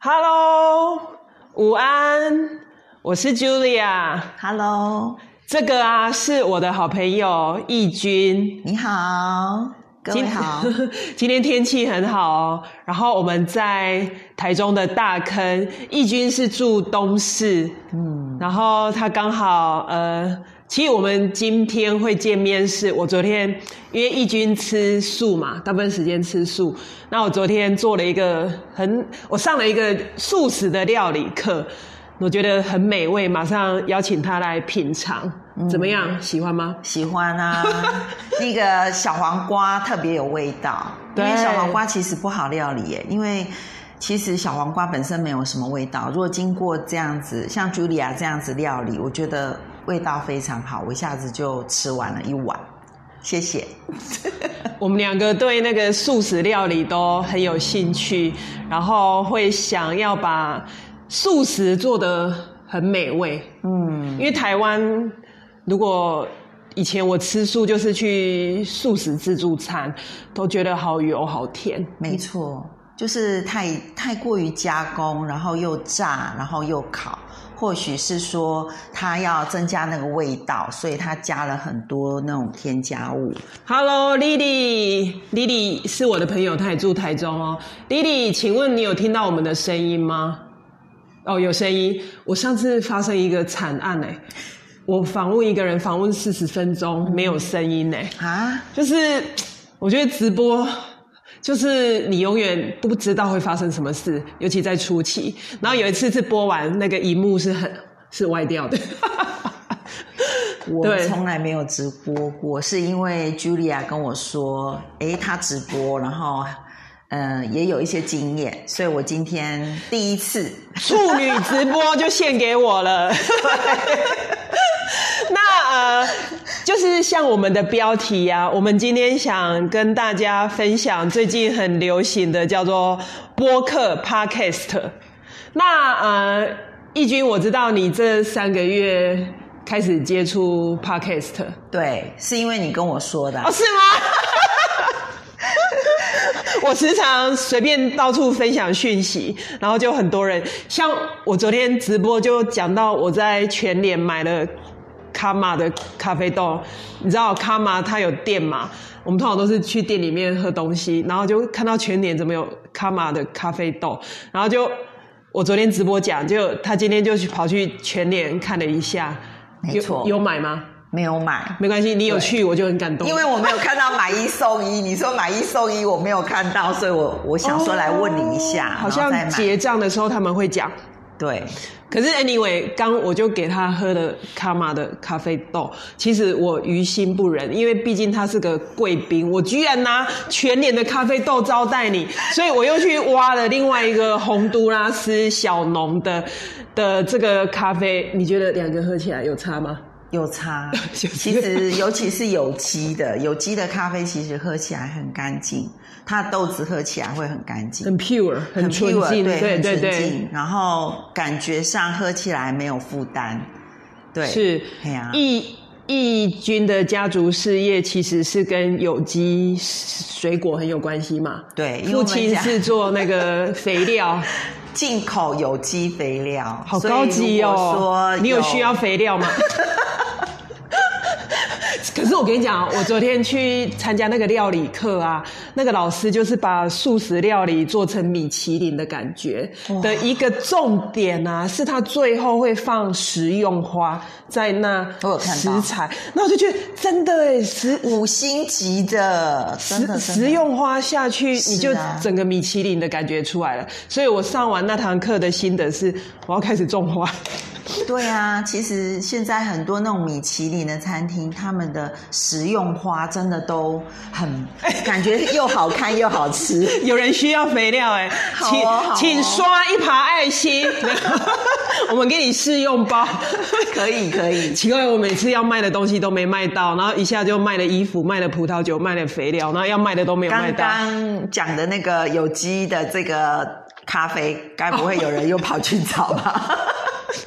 Hello， 午安，我是 Julia。Hello， 这个啊是我的好朋友义君。 你好，各位好。 今天天气很好哦，然后我们在台中的大坑，义君是住东势，然后他刚好其实我们今天会见面是我昨天因为义君吃素嘛，大部分时间吃素，那我昨天做了我上了一个素食的料理课，我觉得很美味，马上邀请他来品尝，怎么样？喜欢吗？ 喜欢啊。那个小黄瓜特别有味道，因为小黄瓜其实不好料理耶，因为其实小黄瓜本身没有什么味道，如果经过这样子像 Julia 这样子料理，我觉得味道非常好，我一下子就吃完了一碗。谢谢。 我们两个对那个素食料理都很有兴趣，然后会想要把素食做得很美味。因为台湾如果以前我吃素就是去素食自助餐，都觉得好油好甜。 没错，就是太过于加工，然后又炸，然后又烤，或许是说它要增加那个味道，所以它加了很多那种添加物。 Hello， Lily 是我的朋友，她也住台中哦。Lily， 请问你有听到我们的声音吗？哦，有声音。我上次发生一个惨案我访问一个人，访问40分钟没有声音就是我觉得直播就是你永远不知道会发生什么事，尤其在初期。然后有一次是播完那个萤幕是歪掉的。 我从来没有直播过，是因为 Julia 跟我说她直播，然后也有一些经验，所以我今天第一次处女直播就献给我了。那就是像我们的标题啊，我们今天想跟大家分享最近很流行的叫做播客 Podcast。 那义君，我知道你这3个月开始接触 Podcast。 对，是因为你跟我说的是吗？我时常随便到处分享讯息，然后就很多人，像我昨天直播就讲到我在全联买了卡玛的咖啡豆，你知道卡玛它有店嘛？我们通常都是去店里面喝东西，然后就看到全联怎么有卡玛的咖啡豆，然后就我昨天直播讲，就他今天就跑去全联看了一下， 没错， 有买吗？ 没有买， 没关系，你有去我就很感动， 因为我没有看到买1送1，你说买1送1我没有看到，所以我想说来问你一下， 好像结账的时候他们会讲。 对， 可是 anyway， 刚我就给他喝了卡玛的咖啡豆，其实我于心不忍，因为毕竟他是个贵宾，我居然拿全联的咖啡豆招待你，所以我又去挖了另外一个洪都拉斯小农的这个咖啡，你觉得2个喝起来有差吗？ 有差。其实尤其是有机的咖啡其实喝起来很干净，它的豆子喝起来会很干净， 很 pure， 很纯净， 对，很纯净， 然后感觉上喝起来没有负担。对， 是。义君的家族事业其实是跟有机水果很有关系嘛？ 对， 父亲是做那个肥料。 进口有机肥料， 好高级哦！你有需要肥料吗？可是我跟你讲，我昨天去参加那个料理课啊，那个老师就是把素食料理做成米其林的感觉的一个重点啊，是他最后会放食用花在那食材，那我就觉得真的 5星级的，真的食用花下去，你就整个米其林的感觉出来了。所以我上完那堂课的心得是，我要开始种花。 对啊，其实现在很多那种米其林的餐厅，他们的食用花真的都很感觉又好看又好吃。 有人需要肥料请刷1排爱心，我们给你试用包。 可以。 奇怪，我每次要卖的东西都没卖到，然后一下就卖了衣服，卖了葡萄酒，卖了肥料，然后要卖的都没有卖到。 刚刚讲的那个有机的这个咖啡，该不会有人又跑去找吧？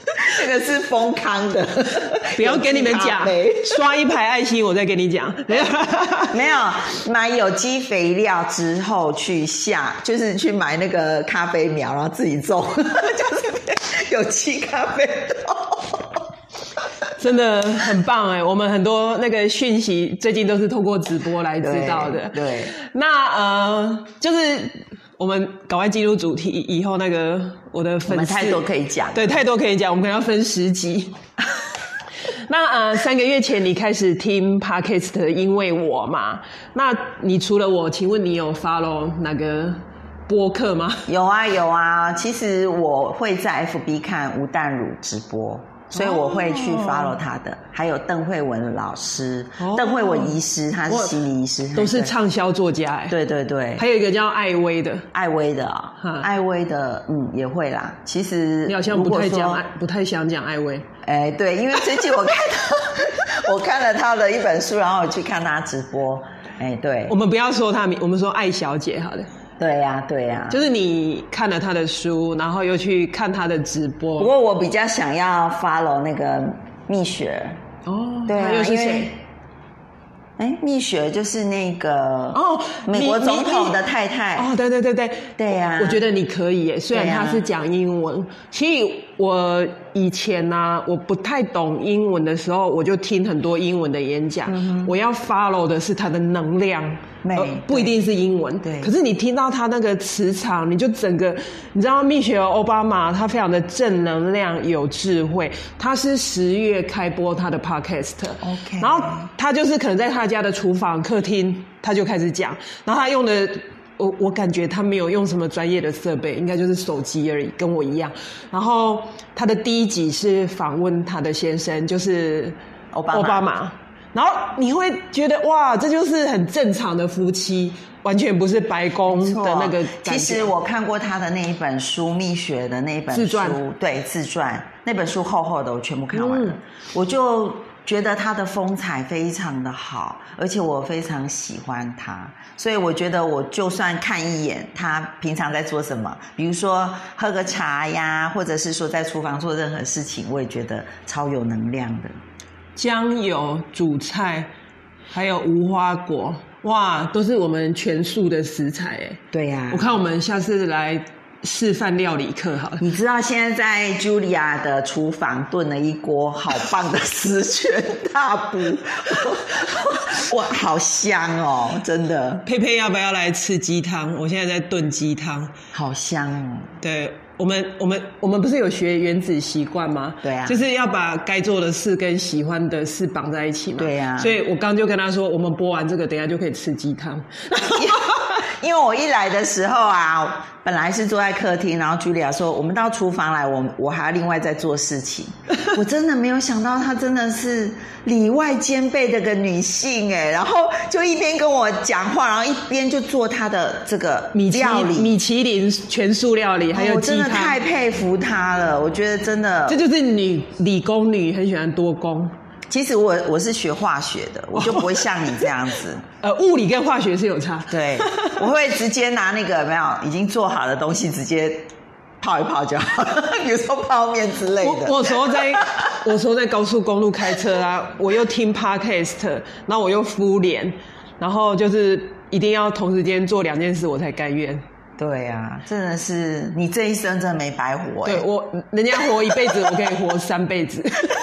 个是丰康的， 不要跟你们讲，刷一排爱心，我再跟你讲。 没有买有机肥料之后就是去买那个咖啡苗，然后自己种，就是有机咖啡豆。 真的很棒哎！我们很多那个讯息最近都是透过直播来知道的。 对， 那就是我们赶快进入主题，以后那个我的粉丝，我们太多可以讲， 对，太多可以讲，我们可能要分10集。那3个月前你开始听 Podcast 因为我嘛？那你除了我，请问你有 follow 哪个播客吗？ 有啊，其实我会在 FB 看吴淡如直播。所以我会去 follow 他的，还有邓慧文老师，邓慧文医师，他是心理医师， 都是畅销作家哎。 对， 还有一个叫艾薇的， 艾薇的，也会啦。其实你好像不太想讲艾薇， 对，因为最近我看了他的一本书，然后我去看他直播，对。 我们不要说他名，我们说艾小姐好了。 对呀， 就是你看了他的书，然后又去看他的直播。 不过我比较想要 follow 那个蜜雪对啊， 又是谁？ 蜜雪就是那个美国总统的太太对呀， 我觉得你可以耶，虽然他是讲英文。其实我以前呢，我不太懂英文的时候，我就听很多英文的演讲，我要 follow 的是他的能量，不一定是英文。 对， 可是你听到他那个磁场，你就整个，你知道蜜雪奥巴马他非常的正能量，有智慧。他是10月开播他的 podcast， 然后他就是可能在他家的厨房、客厅，他就开始讲，然后他用的。我感觉他没有用什么专业的设备，应该就是手机而已，跟我一样。然后他的第1集是访问他的先生，就是奥巴马。然后你会觉得哇，这就是很正常的夫妻，完全不是白宫的那个感觉。 其实我看过他的那一本书，蜜雪的那一本书，自传，那本书厚厚的，我全部看完了。我就觉得他的风采非常的好，而且我非常喜欢他，所以我觉得我就算看一眼他平常在做什么，比如说喝个茶呀，或者是说在厨房做任何事情，我也觉得超有能量的。 姜油煮菜还有无花果，哇，都是我们全素的食材耶。 对呀， 我看我们下次来示范料理课好了。 你知道现在在 Julia 的厨房炖了一锅好棒的十全大补，哇，好香哦，真的。 佩佩要不要来吃鸡汤？我现在在炖鸡汤， 好香哦。 对，我们不是有学原子习惯吗？ 对啊， 就是要把该做的事跟喜欢的事绑在一起嘛。 对啊， 所以我刚就跟他说，我们播完这个，等一下就可以吃鸡汤。 因为我一来的时候啊，本来是坐在客厅，然后 Julia 说我们到厨房来，我还要另外再做事情。我真的没有想到她真的是里外兼备的个女性耶，然后就一边跟我讲话，然后一边就做她的这个料理， 米其林全素料理，还有鸡汤。 我真的太佩服她了，我觉得真的， 这就是理工女很喜欢多工。 其实我是学化学的，我就不会像你这样子。 物理跟化学是有差。 对，我会直接拿那个已经做好的东西直接泡一泡就好，比如说泡面之类的。 我时候在高速公路开车啊，我又听 podcast， 然后我又敷脸，然后就是一定要同时间做2件事我才甘愿。 对啊，真的是你这一生真的没白活。 对，人家活1辈子，我可以活3辈子。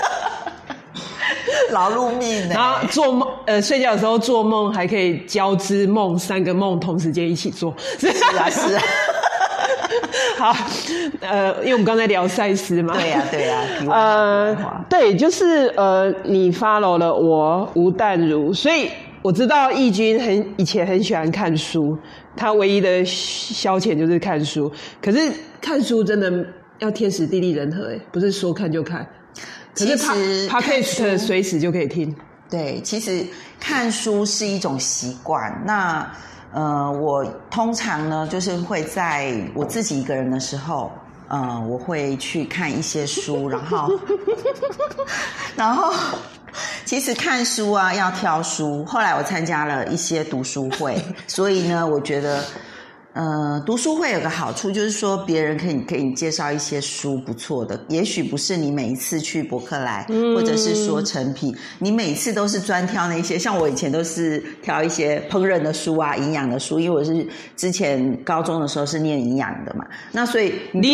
劳碌命然后做梦，睡觉的时候做梦还可以交织梦，3个梦同时间一起做。是啊。好，因为我们刚才聊赛斯嘛。 对呀。 对，就是你 follow 了我吴淡如，所以我知道义军以前很喜欢看书，他唯一的消遣就是看书。可是看书真的要天时地利人和，不是说看就看。可是 Podcast 随时就可以听。 对，其实看书是一种习惯。那我通常呢，就是会在我自己一个人的时候，我会去看一些书，然后其实看书啊要挑书。后来我参加了一些读书会，所以呢，我觉得读书会有个好处，就是说别人可以给你介绍一些书不错的，也许不是你每一次去博客来，或者是说诚品，你每次都是专挑那些，像我以前都是挑一些烹饪的书啊、营养的书，因为我是之前高中的时候是念营养的嘛，那所以莉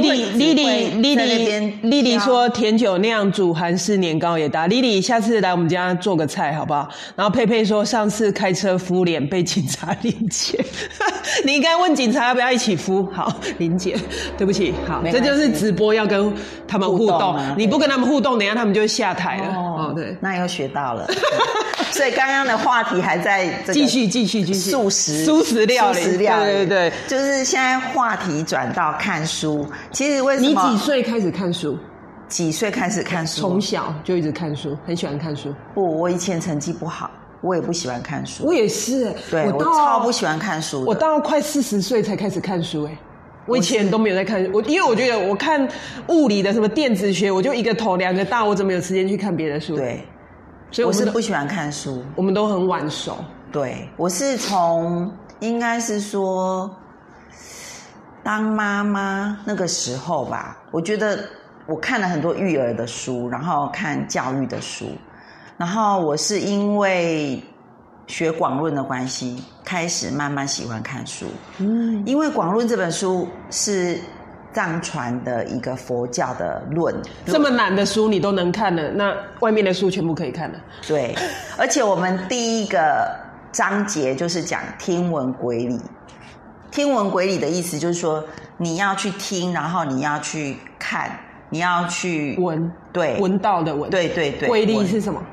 莉说甜酒酿煮韩式年糕也搭，莉莉下次来我们家做个菜好不好？然后佩佩说上次开车敷脸被警察临检，你应该问警察要不要一起敷？好，林姐，对不起，好，这就是直播要跟他们互动，你不跟他们互动，等一下他们就会下台了。哦，对， 那又学到了。所以刚刚的话题还在这个继续素食料理，对， 就是现在话题转到看书。其实为什么你几岁开始看书？ 几岁开始看书？ 从小就一直看书，很喜欢看书。 不，我以前成绩不好。我也不喜欢看书， 我也是， 对，我超不喜欢看书的。 我到快40岁才开始看书，我以前都没有在看，因为我觉得我看物理的什么电子学，我就一个头两个大，我怎么有时间去看别的书？ 对， 所以我是不喜欢看书。 我们都很晚熟。 对，我是从应该是说当妈妈那个时候吧，我觉得我看了很多育儿的书，然后看教育的书。然后我是因为学广论的关系，开始慢慢喜欢看书。因为广论这本书是藏传的一个佛教的论， 这么难的书你都能看了，那外面的书全部可以看了。 对，而且我们第一个章节就是讲听闻轨理。听闻轨理的意思就是说，你要去听，然后你要去看，你要去闻， 对， 闻到的闻， 对， 轨理是什么？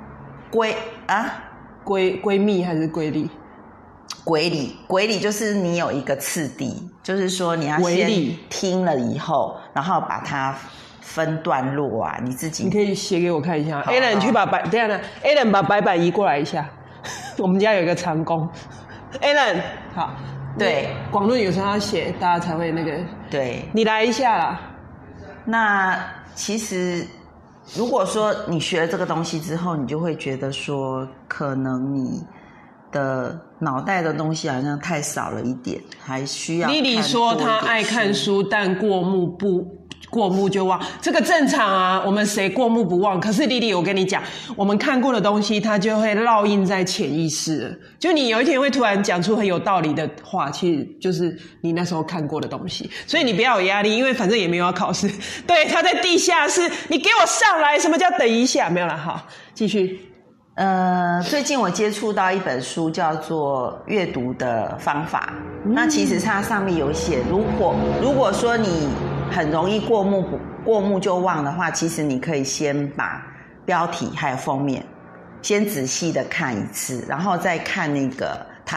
闺蜜还是瑰丽？ 轨理就是你有一个次第，就是说你要先听了以后，然后把它分段落啊，你自己。 你可以写给我看一下。Alan 去把等一下呢 ，Alan 把白板移过来一下。我们家有一个长工 ，Alan 好。对，广论有时候要写，大家才会那个。 对， 你来一下啦。 那其实。如果说你学了这个东西之后，你就会觉得说，可能你的脑袋的东西好像太少了一点，还需要看多一点书。莉莉说她爱看书，但过目就忘，这个正常啊，我们谁过目不忘？可是莉莉，我跟你讲，我们看过的东西，它就会烙印在潜意识了。就你有一天会突然讲出很有道理的话，其实就是你那时候看过的东西。所以你不要有压力，因为反正也没有要考试。对，它在地下室，你给我上来！什么叫等一下？没有啦，好，继续。 最近我接触到一本书，叫做《阅读的方法》。那其实它上面有写，如果说你很容易过目就忘的话，其实你可以先把标题还有封面先仔细的看一次，然后再看那个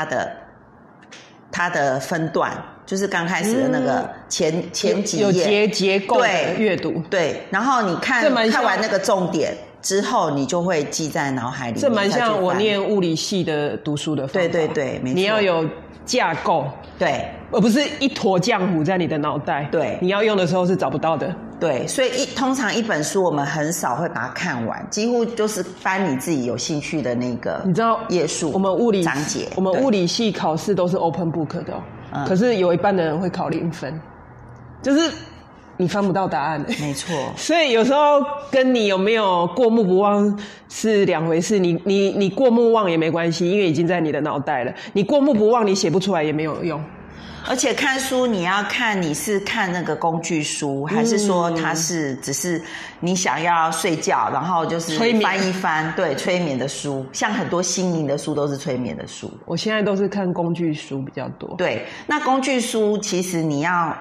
它的分段，就是刚开始的那个前几页有结构的阅读， 对，然后你看完那个重点之后，你就会记在脑海里面。 这蛮像我念物理系的读书的方法。 对，没错。 你要有架构， 对， 而不是一坨浆糊在你的脑袋。 对， 你要用的时候是找不到的。 对，所以通常一本书我们很少会把它看完，几乎就是翻你自己有兴趣的那个， 你知道页数。 我们物理章节， 我们物理系考试都是 open book 的可是有一半的人会考0分，就是你翻不到答案。 没错。 所以有时候跟你有没有过目不忘是两回事。你过目忘也没关系，因为已经在你的脑袋了。你过目不忘，你写不出来也没有用。 而且看书你要看你是看那个工具书，还是说它是只是你想要睡觉，然后就是翻一翻，对，催眠的书，像很多心灵的书都是催眠的书。 我现在都是看工具书比较多。 对，那工具书其实你要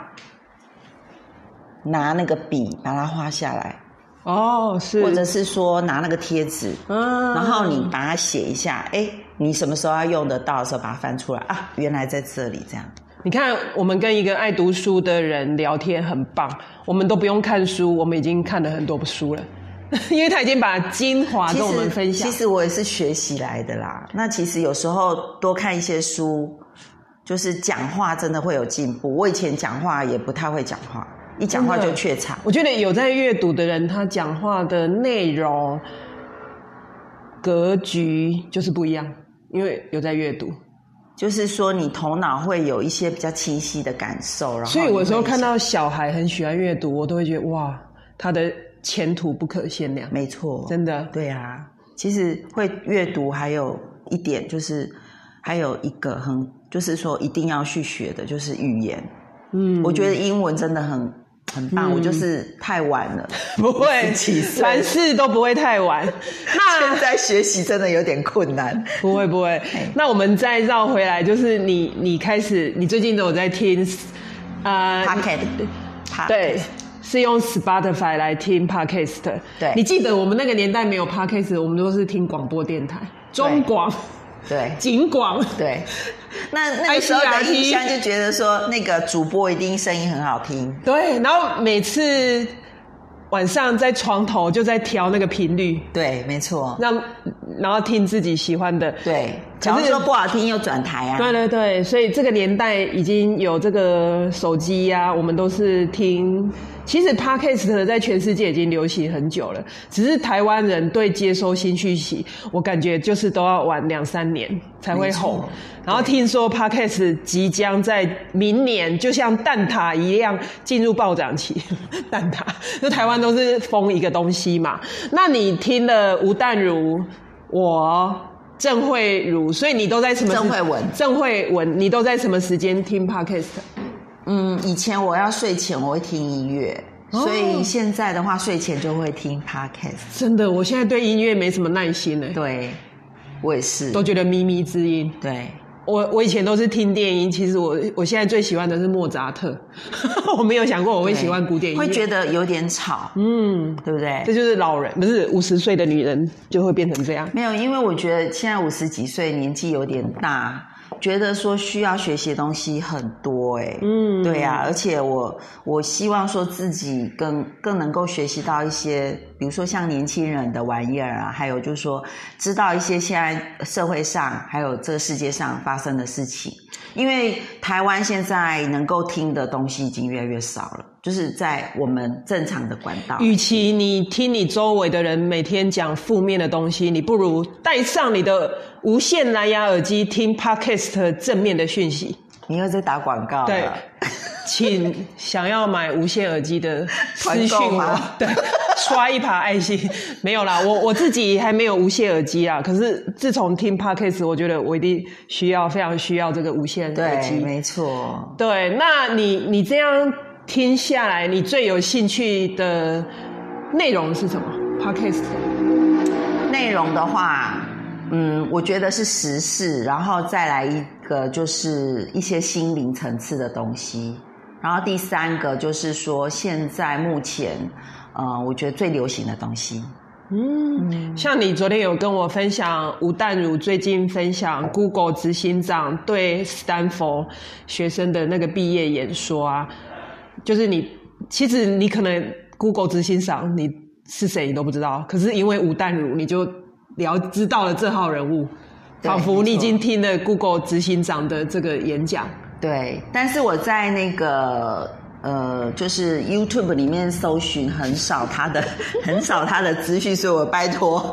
拿那个笔把它画下来。 哦，是， 或者是说拿那个贴纸，然后你把它写一下，你什么时候要用得到的时候把它翻出来啊，原来在这里这样。 你看，我们跟一个爱读书的人聊天很棒，我们都不用看书，我们已经看了很多书了，因为他已经把精华跟我们分享。 其实我也是学习来的啦。那其实有时候多看一些书，就是讲话真的会有进步。我以前讲话也不太会讲话，一讲话就怯场。 我觉得有在阅读的人，他讲话的内容、格局就是不一样，因为有在阅读。 就是说你头脑会有一些比较清晰的感受，然后所以我有时候看到小孩很喜欢阅读，我都会觉得哇，他的前途不可限量。 没错， 真的。 对啊，其实会阅读还有一点就是还有一个就是说一定要去学的就是语言。我觉得英文真的很棒，我就是太晚了， 不会，凡事都不会太晚。那现在学习真的有点困难， 不会。那我们再绕回来，就是你开始，你最近都有在听 Podcast， 对，是用 Spotify 来听 Podcast。 对， 你记得我们那个年代没有 Podcast， 我们都是听广播电台，中广。 对， 警广。 对，那个时候的印象就觉得说那个主播一定声音很好听。 对，然后每次晚上在床头就在调那个频率。 对，没错。 然后听自己喜欢的。 对，假如说不好听又转台啊。 对，所以这个年代已经有这个手机啊，我们都是听。其实 Podcast 在全世界已经流行很久了，只是台湾人对接收新讯息，我感觉就是都要晚2-3年才会红。然后听说 Podcast 即将在明年就像蛋挞一样进入暴涨期。蛋挞，就台湾都是封一个东西嘛。那你听了吴淡如，我郑慧茹，所以你都在什么？郑慧文，你都在什么时间听 Podcast？ 以前我要睡前我会听音乐，所以现在的话睡前就会听 Podcast。 真的，我现在对音乐没什么耐心了。 对，我也是， 都觉得靡靡之音。 对， 我以前都是听电音，其实我现在最喜欢的是莫扎特。我没有想过我会喜欢古典音乐， 会觉得有点吵，对不对？ 这就是老人，不是50岁的女人就会变成这样。 没有，因为我觉得现在50几岁，年纪有点大。觉得说需要学习的东西很多对啊，而且我希望说自己更能够学习到一些，比如说像年轻人的玩意儿啊，还有就是说知道一些现在社会上还有这个世界上发生的事情，因为台湾现在能够听的东西已经越来越少了，就是在我们正常的管道。 与其你听你周围的人每天讲负面的东西，你不如带上你的无线蓝牙耳机听 Podcast 正面的讯息。 你又在打广告了。 对，请想要买无线耳机的私讯我，对，刷一排爱心。没有啦，我自己还没有无线耳机啦，可是自从听 Podcast 我觉得我一定非常需要这个无线耳机。 对，没错。 对，那你这样听下来，你最有兴趣的内容是什么？ Podcast 内容的话，我觉得是时事，然后再来一个就是一些心灵层次的东西，然后第三个就是说现在目前我觉得最流行的东西。 像你昨天有跟我分享吴淡如最近分享 Google 执行长对斯坦福学生的那个毕业演说啊，就是其实你可能 Google 执行长你是谁你都不知道，可是因为吴淡如你就知道了这号人物，仿佛你已经听了 Google 执行长的这个演讲。 对，但是我在那个就是 YouTube 里面搜寻很少他的资讯，所以我拜托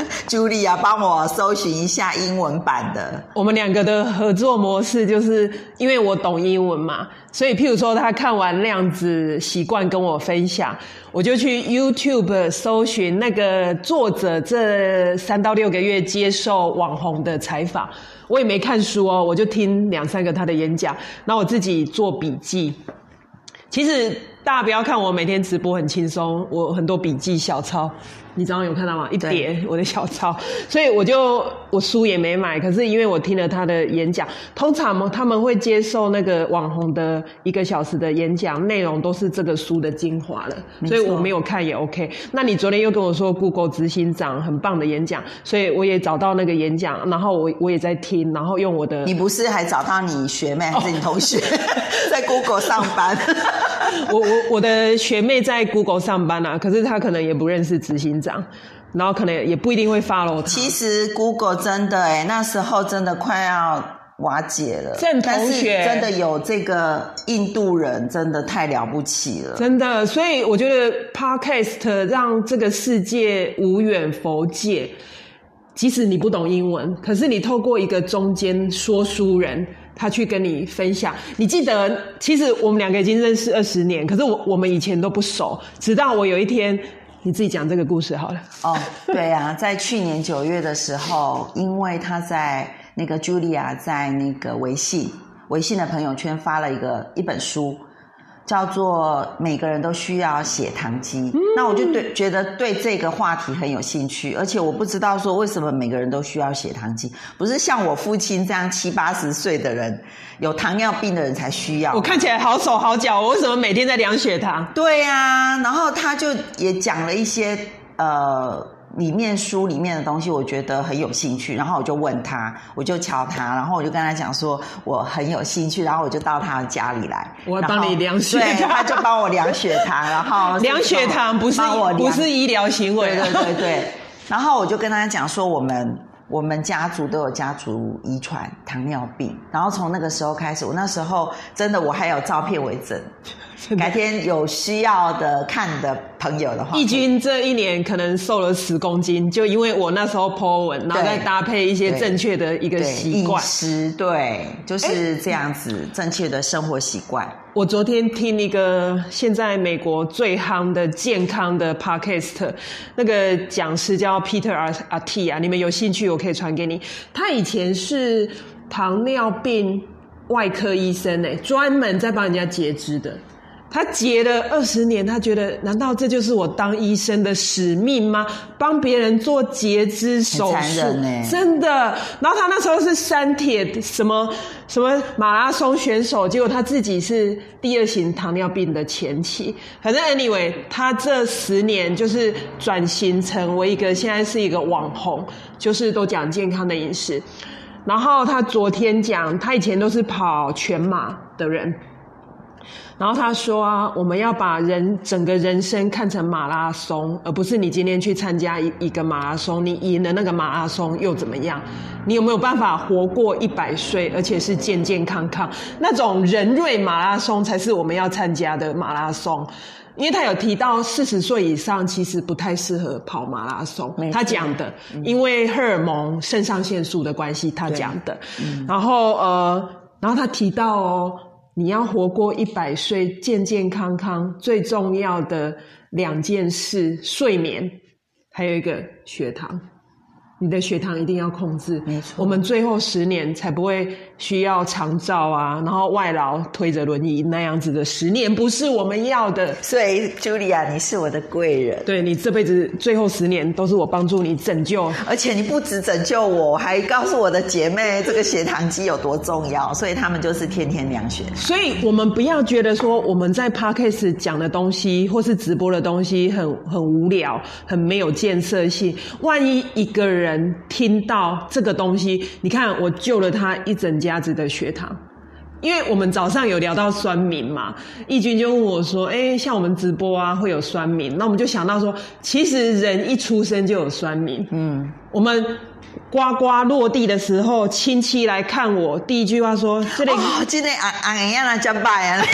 Julia 帮我搜寻一下英文版的。 我们两个的合作模式就是因为我懂英文嘛，所以譬如说他看完量子习惯跟我分享，我就去 YouTube 搜寻那个作者这3到6个月接受网红的采访，我也没看书哦，我就听2-3个他的演讲，然后我自己做笔记。其实大家不要看我每天直播很轻松，我很多笔记小抄，你早上有看到吗？一叠我的小抄，所以我书也没买，可是因为我听了他的演讲，通常他们会接受那个网红的1个小时的演讲，内容都是这个书的精华了，所以我没有看也 OK。那你昨天又跟我说 Google 执行长很棒的演讲，所以我也找到那个演讲，然后我也在听，然后用我的。 你不是还找到你学妹还是你同学在 Google 上班？ 我的学妹在 Google 上班啊，可是她可能也不认识执行长，然后可能也不一定会 follow 他。 其实 Google 真的那时候真的快要瓦解了。 郑同学但是真的有这个印度人，真的太了不起了， 真的。所以我觉得 Podcast 让这个世界无远弗届。 即使你不懂英文，可是你透过一个中间说书人，他去跟你分享。你记得，其实我们两个已经认识20年，可是我们以前都不熟，直到我有一天，你自己讲这个故事好了。 哦，对啊，在去年9月的时候，因为他在那个 Julia 在那个微信的朋友圈发了一本书，叫做每个人都需要血糖机。那我就觉得对这个话题很有兴趣，而且我不知道说为什么每个人都需要血糖机，不是像我父亲这样70、80岁的人，有糖尿病的人才需要。 我看起来好手好脚，我为什么每天在量血糖？ 对啊，然后他就也讲了一些书里面的东西，我觉得很有兴趣，然后我就问他，我就敲他，然后我就跟他讲说我很有兴趣，然后我就到他家里来， 我要帮你量血糖。 对，他就帮我量血糖，然后量血糖不是医疗行为。 对。然后我就跟他讲说我们家族都有家族遗传糖尿病，然后从那个时候开始，我那时候真的我还有照片为证，改天有需要的看的朋友的话， 义军这1年可能瘦了10公斤，就因为我那时候 po 文，然后再搭配一些正确的一个习惯， 饮食，对，就是这样子正确的生活习惯。 我昨天听一个现在美国最夯的健康的 podcast， 那个讲师叫 Peter Attia， 你们有兴趣我可以传给你。他以前是糖尿病外科医生专门在帮人家截肢的。他截了20年，他觉得难道这就是我当医生的使命吗？帮别人做截肢手术， 很残忍真的。然后他那时候是三铁什么马拉松选手，结果他自己是第2型糖尿病的前期。反正 anyway， 他这10年就是转型成为现在是一个网红，就是都讲健康的饮食。然后他昨天讲，他以前都是跑全马的人。然后他说啊，我们要把整个人生看成马拉松，而不是你今天去参加一个马拉松，你赢了那个马拉松又怎么样？你有没有办法活过100岁，而且是健健康康？那种人瑞马拉松才是我们要参加的马拉松。因为他有提到40岁以上其实不太适合跑马拉松，他讲的，因为荷尔蒙肾上腺素的关系，他讲的。然后他提到你要活过100岁健健康康，最重要的2件事，睡眠，还有一个血糖。你的血糖一定要控制， 没错。 我们最后10年才不会需要长照啊，然后外劳推着轮椅那样子的10年，不是我们要的。 所以 Julia， 你是我的贵人。 对，你这辈子最后10年都是我帮助你拯救， 而且你不只拯救我，还告诉我的姐妹这个血糖机有多重要，所以他们就是天天量血糖。 所以我们不要觉得说我们在 Podcast 讲的东西或是直播的东西很无聊，很没有建设性。万一一个人听到这个东西，你看我救了他一整家子的血糖。因为我们早上有聊到酸民嘛，义军就问我说像我们直播啊会有酸民，那我们就想到说其实人一出生就有酸民。我们呱呱落地的时候，亲戚来看我，第一句话说这里这个红红呀真白啊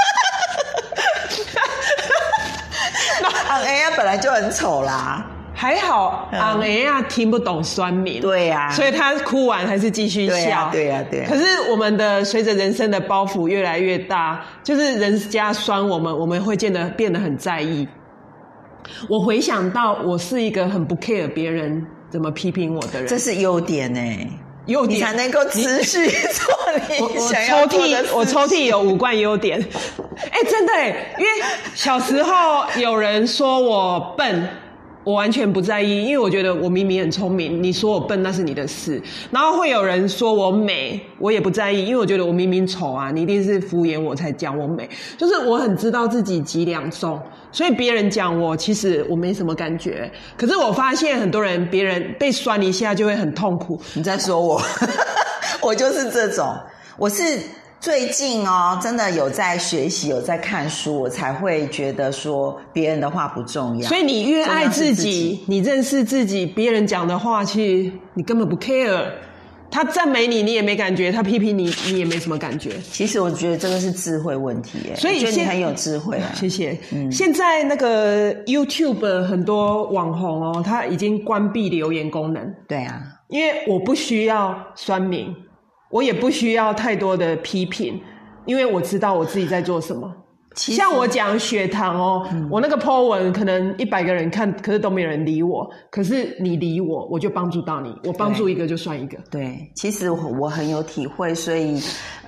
红呀本来就很丑啦， 还好昂听不懂酸民， 对啊， 所以他哭完还是继续笑， 对啊。 可是我们的随着人生的包袱越来越大，就是人家酸我们会变得很在意。我回想到我是一个很不 care 别人怎么批评我的人，这是优点优点，你才能够持续做你想要做的事情。 我抽屉有5罐优点。真的因为小时候有人说我笨，我完全不在意，因为我觉得我明明很聪明，你说我笨那是你的事。然后会有人说我美，我也不在意，因为我觉得我明明丑啊，你一定是敷衍我才讲我美。就是我很知道自己几两重，所以别人讲我其实我没什么感觉。可是我发现很多人别人被酸一下就会很痛苦。 你在说我我就是这种，我是最近真的有在学习，有在看书，我才会觉得说别人的话不重要。 所以你越爱自己，你认识自己，别人讲的话其实你根本不 care。 他赞美你，你也没感觉；他批评你，你也没什么感觉。 其实我觉得这个是智慧问题耶， 所以我觉得你很有智慧啊。 谢谢。现在那个 YouTube 很多网红哦，他已经关闭留言功能。 对啊， 因为我不需要酸民，我也不需要太多的批评，因为我知道我自己在做什么。像我讲血糖哦，我那个 po 文可能100个人看，可是都没有人理我。可是你理我，我就帮助到你，我帮助一个就算一个。 对，其实我很有体会，所以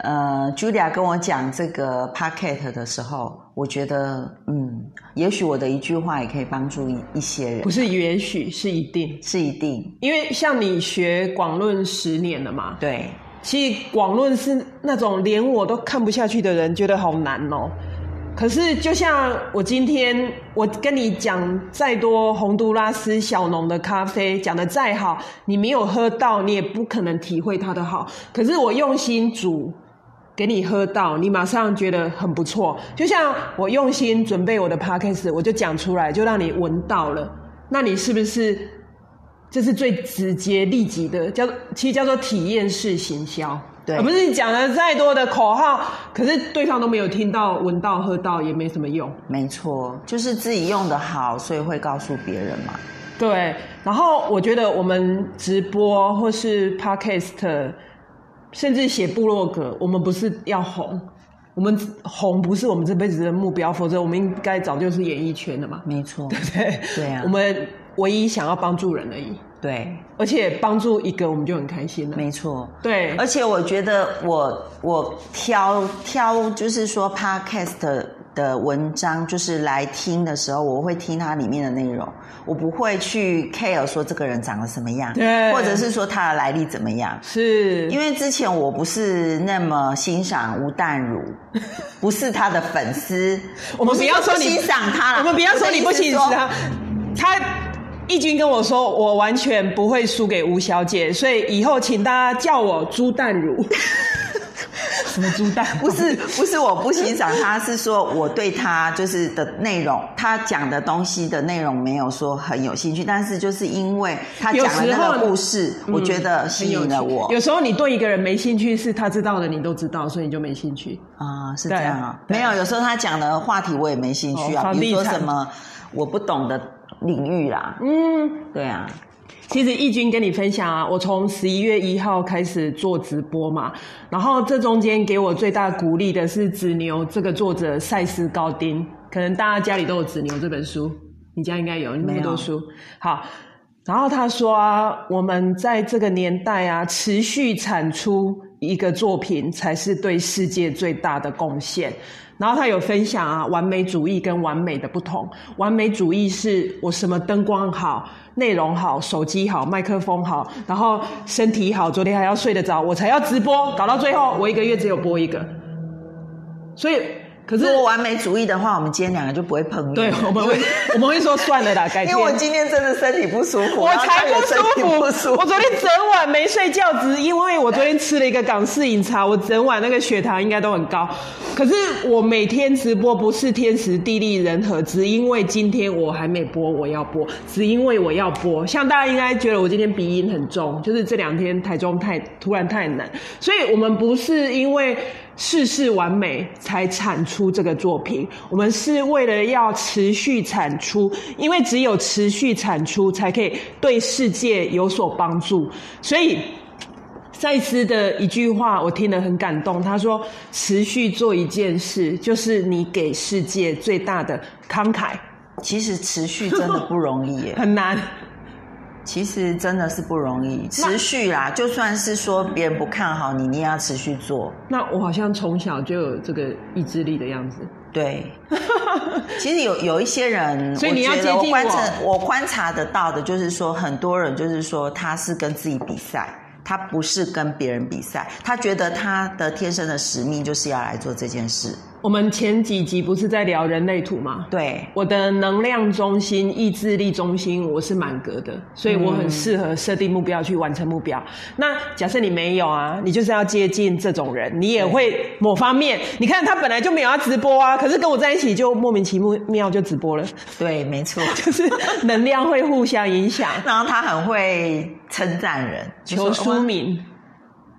Julia 跟我讲这个 Podcast 的时候，我觉得也许我的一句话也可以帮助一些人。 不是也许，是一定， 是一定。 因为像你学广论10年了嘛， 对， 其实广论是那种连我都看不下去的人觉得好难哦。可是就像我今天我跟你讲再多洪都拉斯小农的咖啡讲得再好，你没有喝到你也不可能体会它的好。可是我用心煮给你喝到，你马上觉得很不错。就像我用心准备我的 podcast， 我就讲出来就让你闻到了，那你是不是这是最直接立即的，其实叫做体验式行销。 对， 而不是你讲了再多的口号，可是对方都没有听到、闻到、喝到，也没什么用。 没错，就是自己用的好，所以会告诉别人嘛。 对，然后我觉得我们直播或是 podcast， 甚至写部落格，我们不是要红，我们红不是我们这辈子的目标，否则我们应该早就是演艺圈了嘛。 没错， 对不对？ 对啊， 我们唯一想要帮助人而已。 对， 而且帮助一个我们就很开心了。 没错， 对。 而且我觉得我挑就是说 podcast 的文章，就是来听的时候，我会听它里面的内容，我不会去 care 说这个人长得什么样， 对， 或者是说他的来历怎么样。 是因为之前我不是那么欣赏吴淡如，不是他的粉丝。 我们不要说你欣赏他啦， 我们不要说你不欣赏他。义军跟我说，我完全不会输给吴小姐，所以以后请大家叫我朱淡如。什么朱淡？ 不是我不欣赏他，是说我对他就是的内容，他讲的东西的内容没有说很有兴趣，但是就是因为他讲的那个故事，我觉得吸引了我。 有时候你对一个人没兴趣，是他知道的你都知道，所以你就没兴趣啊？是这样啊？没有，有时候他讲的话题我也没兴趣啊，比如说什么我不懂的领域啦。对啊。 其实义军跟你分享啊，我从11月1号开始做直播嘛，然后这中间给我最大鼓励的是子牛这个作者塞斯高丁，可能大家家里都有子牛这本书，你家应该有，你那么多书。好，然后他说啊，我们在这个年代啊，持续产出一个作品才是对世界最大的贡献。然后他有分享啊，完美主义跟完美的不同。完美主义是我什么灯光好、内容好、手机好、麦克风好，然后身体好，昨天还要睡得着，我才要直播，搞到最后我1个月只有播1个。所以可是如果完美主义的话，我们今天2个就不会碰面。 对，我们会说算了啦，改天。 因为我今天真的身体不舒服， 我才不舒服。我昨天整晚没睡觉，只因为我昨天吃了一个港式饮茶，我整晚那个血糖应该都很高。可是我每天直播不是天时地利人和，只因为今天我还没播，我要播，只因为我要播。像大家应该觉得我今天鼻音很重，就是这2天台中突然太冷，所以我们不是因为事事完美才产出这个作品，我们是为了要持续产出，因为只有持续产出才可以对世界有所帮助。所以赛斯的一句话我听得很感动，他说持续做一件事就是你给世界最大的慷慨。 其实持续真的不容易耶， 很难， 其实真的是不容易，持续啦，就算是说别人不看好你，你也要持续做。 那我好像从小就有这个意志力的样子。 对，其实有一些人， 所以你要接近我观察得到的就是说，很多人就是说他是跟自己比赛，他不是跟别人比赛，他觉得他的天生的使命就是要来做这件事。 我们前几集不是在聊人类图吗？ 对， 我的能量中心、意志力中心我是满格的，所以我很适合设定目标去完成目标。那假设你没有啊，你就是要接近这种人，你也会某方面，你看他本来就没有要直播啊，可是跟我在一起就莫名其妙就直播了。 对，没错， 就是能量会互相影响。 然后他很会称赞人， 求书名。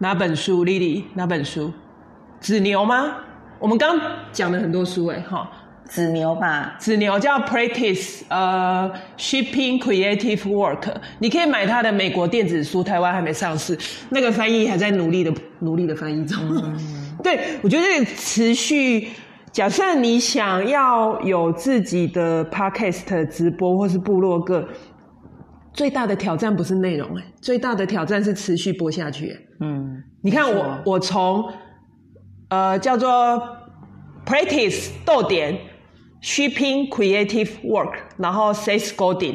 哪本书 ？Lily 哪本书？子牛吗？我们刚讲了很多书哈。 子牛吧， 子牛叫 Practice Shipping Creative Work， 你可以买它的美国电子书，台湾还没上市，那个翻译还在努力的翻译中。对，我觉得持续，假设你想要有自己的 Podcast 直播或是部落格，最大的挑战不是内容最大的挑战是持续播下去。你看我从叫做 Practice Shipping Creative Work， 然后 Seth Godin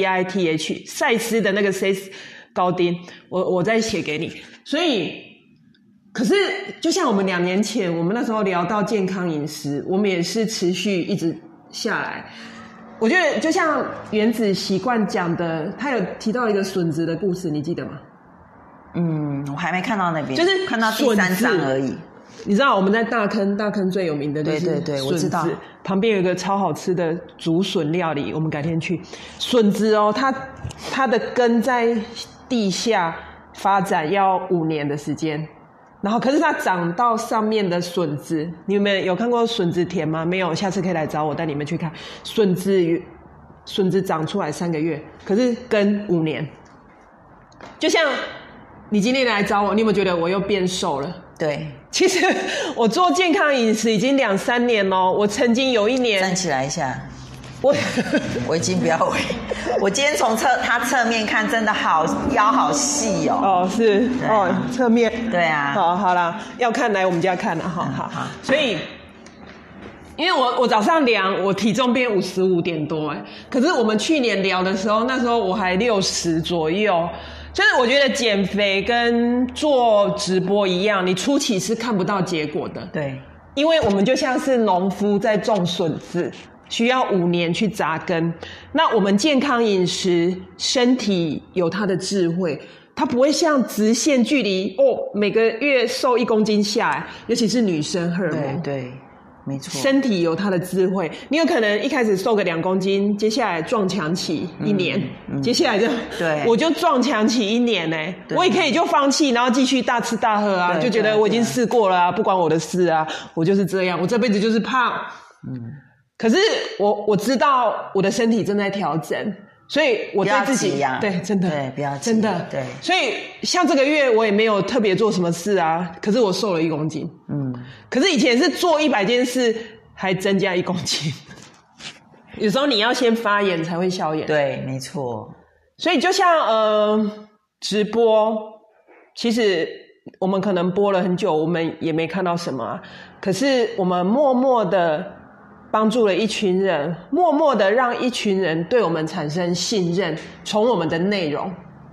SEITH 赛斯的那个 Seth Godin， 我再写给你。所以，可是就像我们2年前，我们那时候聊到健康饮食，我们也是持续一直下来。我觉得就像原子习惯讲的，他有提到一个笋子的故事，你记得吗？ 我还没看到那边， 就是看到第3章而已。 你知道我们在大坑最有名的就是对，我知道。 旁边有一个超好吃的竹笋料理，我们改天去。笋子它的根在地下发展要5年的时间，然后可是它长到上面的笋子，你们有看过笋子田吗？没有，下次可以来找我带你们去看。笋子长出来3个月，可是根5年。就像你今天来找我，你有没有觉得我又变瘦了？ 对， 其实我做健康饮食已经2-3年咯。我曾经有一年站起来一下，我已经不要我今天从他侧面看，真的腰好细哦。 是侧面。 对啊。 好啦，要看来我们家看了好。所以，因为我早上量，我体重变55点多可是我们去年聊的时候，那时候我还60左右。就是我觉得减肥跟做直播一样，你初期是看不到结果的。 对， 因为我们就像是农夫在种笋子，需要5年去扎根。那我们健康饮食，身体有它的智慧，它不会像直线距离每个月瘦1公斤下来，尤其是女生荷尔蒙。 对，没错， 身体有它的智慧，你有可能一开始瘦个2公斤，接下来撞墙期1年，接下来我就撞墙期1年我也可以就放弃，然后继续大吃大喝啊，就觉得我已经试过了啊，不关我的事啊，我就是这样，我这辈子就是胖。可是我知道我的身体正在调整，所以我对自己对真的对不要真的对， 所以像这个月我也没有特别做什么事啊，可是我瘦了1公斤。可是以前是做100件事还增加1公斤。有时候你要先发炎才会消炎。 对，没错。 所以就像直播，其实我们可能播了很久，我们也没看到什么啊，可是我们默默的帮助了一群人，默默的让一群人对我们产生信任，从我们的内容。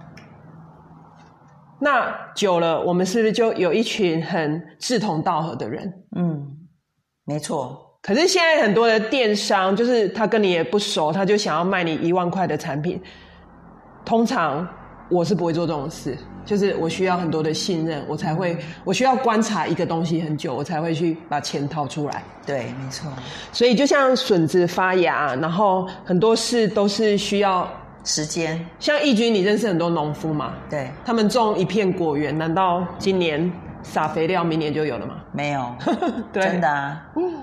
那久了，我们是不是就有一群很志同道合的人？ 没错。 可是现在很多的电商，就是他跟你也不熟，他就想要卖你1万块的产品。通常我是不会做这种事，就是我需要很多的信任，我需要观察一个东西很久，我才会去把钱掏出来。 对，没错。 所以就像笋子发芽，然后很多事都是需要时间。像义军，你认识很多农夫嘛？ 对， 他们种一片果园，难道今年撒肥料，明年就有了吗？ 没有。 对， 真的啊。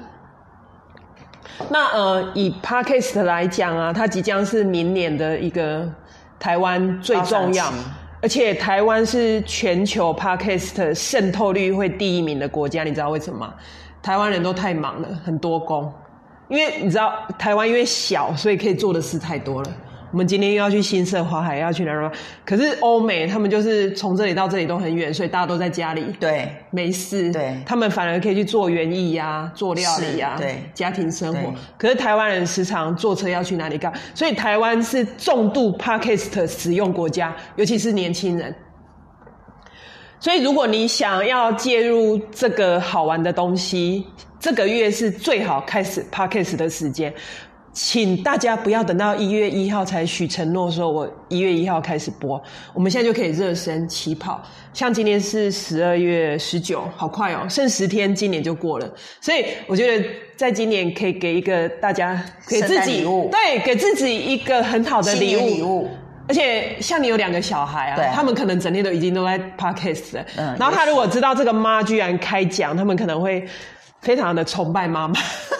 那以 Podcast 来讲啊，它即将是明年的一个台湾最重要，而且台湾是全球 Podcast 渗透率会第1名的国家，你知道为什么吗？台湾人都太忙了，很多工。因为你知道台湾因为小，所以可以做的事太多了。我们今天又要去新社花海，要去哪儿？可是欧美他们就是从这里到这里都很远，所以大家都在家里， 对， 没事， 对， 他们反而可以去做园艺啊，做料理啊， 对， 家庭生活。可是台湾人时常坐车要去哪里干？所以台湾是重度 Podcast 使用国家，尤其是年轻人。所以如果你想要介入这个好玩的东西，这个月是最好开始 Podcast 的时间。请大家不要等到1月1号才许承诺说我1月1号开始播，我们现在就可以热身起跑。像今天是12月19，好快哦，剩10天今年就过了。所以我觉得在今年可以给一个大家给自己对给自己一个很好的礼物， 而且像你有2个小孩啊，他们可能整天已经都在 podcast 了，然后他如果知道这个妈居然开讲，他们可能会非常的崇拜妈妈。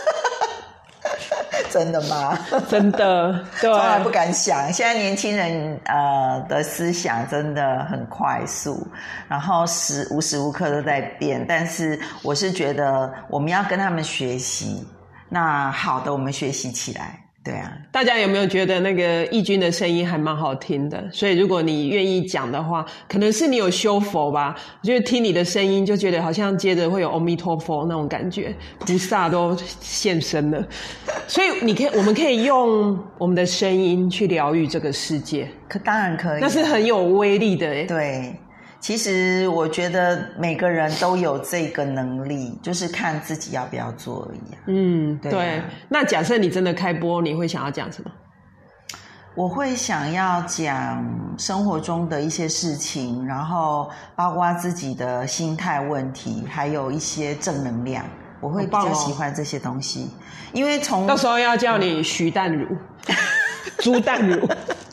真的吗？ 真的，对， 从来不敢想。现在年轻人的思想真的很快速，然后无时无刻都在变。但是我是觉得我们要跟他们学习，那好的，我们学习起来。对啊， 大家有没有觉得那个义军的声音还蛮好听的？所以如果你愿意讲的话，可能是你有修佛吧。我觉得听你的声音就觉得好像接着会有阿弥陀佛那种感觉，菩萨都现身了。所以我们可以用我们的声音去疗愈这个世界。 当然可以， 那是很有威力的耶。 对。其实我觉得每个人都有这个能力，就是看自己要不要做而已啊。 对。那假设你真的开播，你会想要讲什么？ 我会想要讲生活中的一些事情，然后包括自己的心态问题，还有一些正能量。我会比较喜欢这些东西，因为到时候要叫你徐淡如、朱淡如，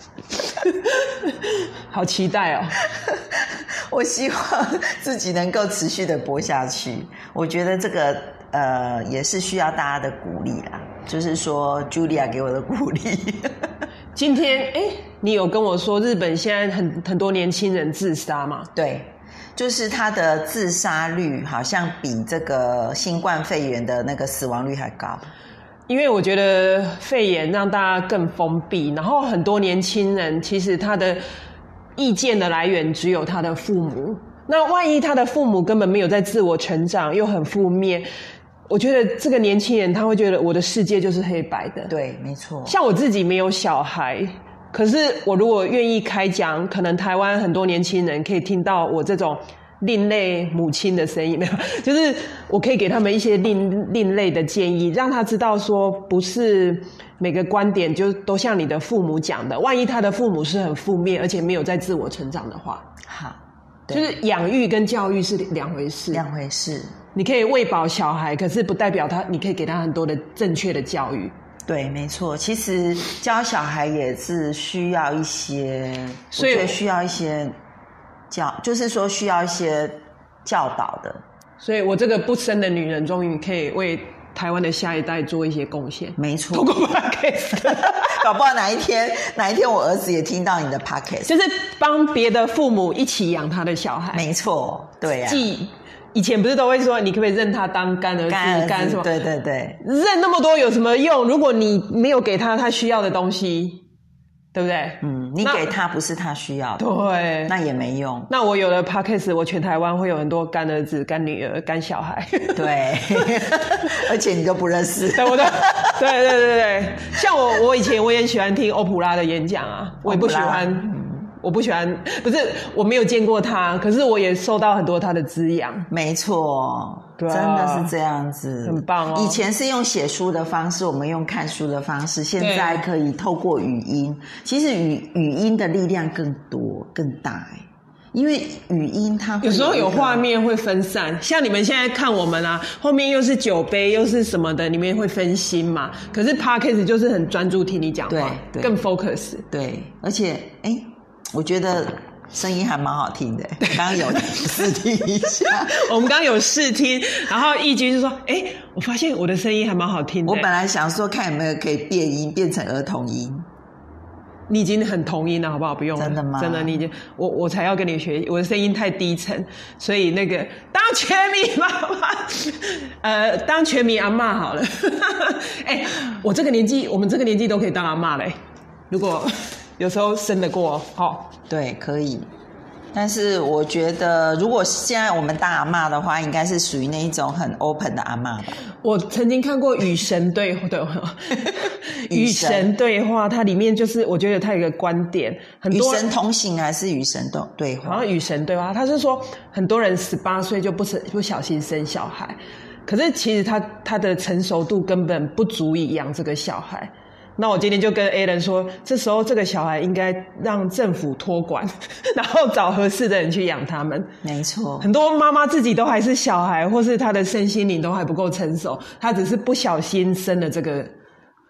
好期待哦！ 我希望自己能够持续的播下去。我觉得这个也是需要大家的鼓励啦，就是说 Julia 给我的鼓励。 今天你有跟我说日本现在很多年轻人自杀吗？ 对，就是他的自杀率好像比这个新冠肺炎的那个死亡率还高。 因为我觉得肺炎让大家更封闭，然后很多年轻人其实他的意见的来源只有他的父母，那万一他的父母根本没有在自我成长，又很负面，我觉得这个年轻人他会觉得我的世界就是黑白的。 对，没错。像我自己没有小孩，可是我如果愿意开讲，可能台湾很多年轻人可以听到我这种另类母亲的声音，没有，就是我可以给他们一些另类的建议，让他知道说不是每个观点就都像你的父母讲的，万一他的父母是很负面而且没有在自我成长的话， 好， 就是养育跟教育是两回事。你可以喂饱小孩，可是不代表你可以给他很多的正确的教育。 对，没错。其实教小孩也是需要一些，我觉得需要一些就是说需要一些教导的。 所以我这个不生的女人终于可以为台湾的下一代做一些贡献。 没错， 透过 podcast 搞不好哪一天我儿子也听到你的 podcast， 就是帮别的父母一起养他的小孩。 没错，对啊。 以前不是都会说你可不可以认他当干儿子干什么？ 对对对， 认那么多有什么用？如果你没有给他需要的东西，对不对？ 你给他不是他需要的， 对， 那也没用。 那我有了 podcast， 我全台湾会有很多干儿子、干女儿、干小孩。 对，而且你都不认识。 对，像我以前我也喜欢听欧普拉的演讲啊，我也不喜欢。我不喜欢，不是我没有见过他，可是我也受到很多他的滋养。 没错，真的是这样子， 很棒哦。 以前是用写书的方式，我们用看书的方式，现在可以透过语音。其实语音的力量更多更大因为语音它会有时候有画面会分散，像你们现在看我们啊，后面又是酒杯又是什么的，你们会分心嘛。可是 Podcast 就是很专注听你讲话， 对， 更 focus。 对，而且我觉得声音还蛮好听的，刚刚有试听一下。 我们刚刚有试听，然后义军就说：“我发现我的声音还蛮好听的。” 我本来想说看有没有可以变音，变成儿童音。 你已经很童音了，好不好？不用了。 真的吗？ 真的，你已经我才要跟你学，我的声音太低沉，所以那个当全民妈妈，当全民阿嬷好了。我这个年纪，我们这个年纪都可以当阿嬷嘞。如果有时候生得过对，可以。但是我觉得如果现在我们当阿嬷的话，应该是属于那一种很 open 的阿嬷吧。 我曾经看过与神对话，与神对话，它里面就是我觉得它有一个观点，很多与神同行还是与神对话？ 好像与神对话，他是说很多人18岁就不小心生小孩，可是其实他的成熟度根本不足以养这个小孩。那我今天就跟 Alan 说，这时候这个小孩应该让政府托管，然后找合适的人去养他们。 没错， 很多妈妈自己都还是小孩，或是她的身心灵都还不够成熟，她只是不小心生了这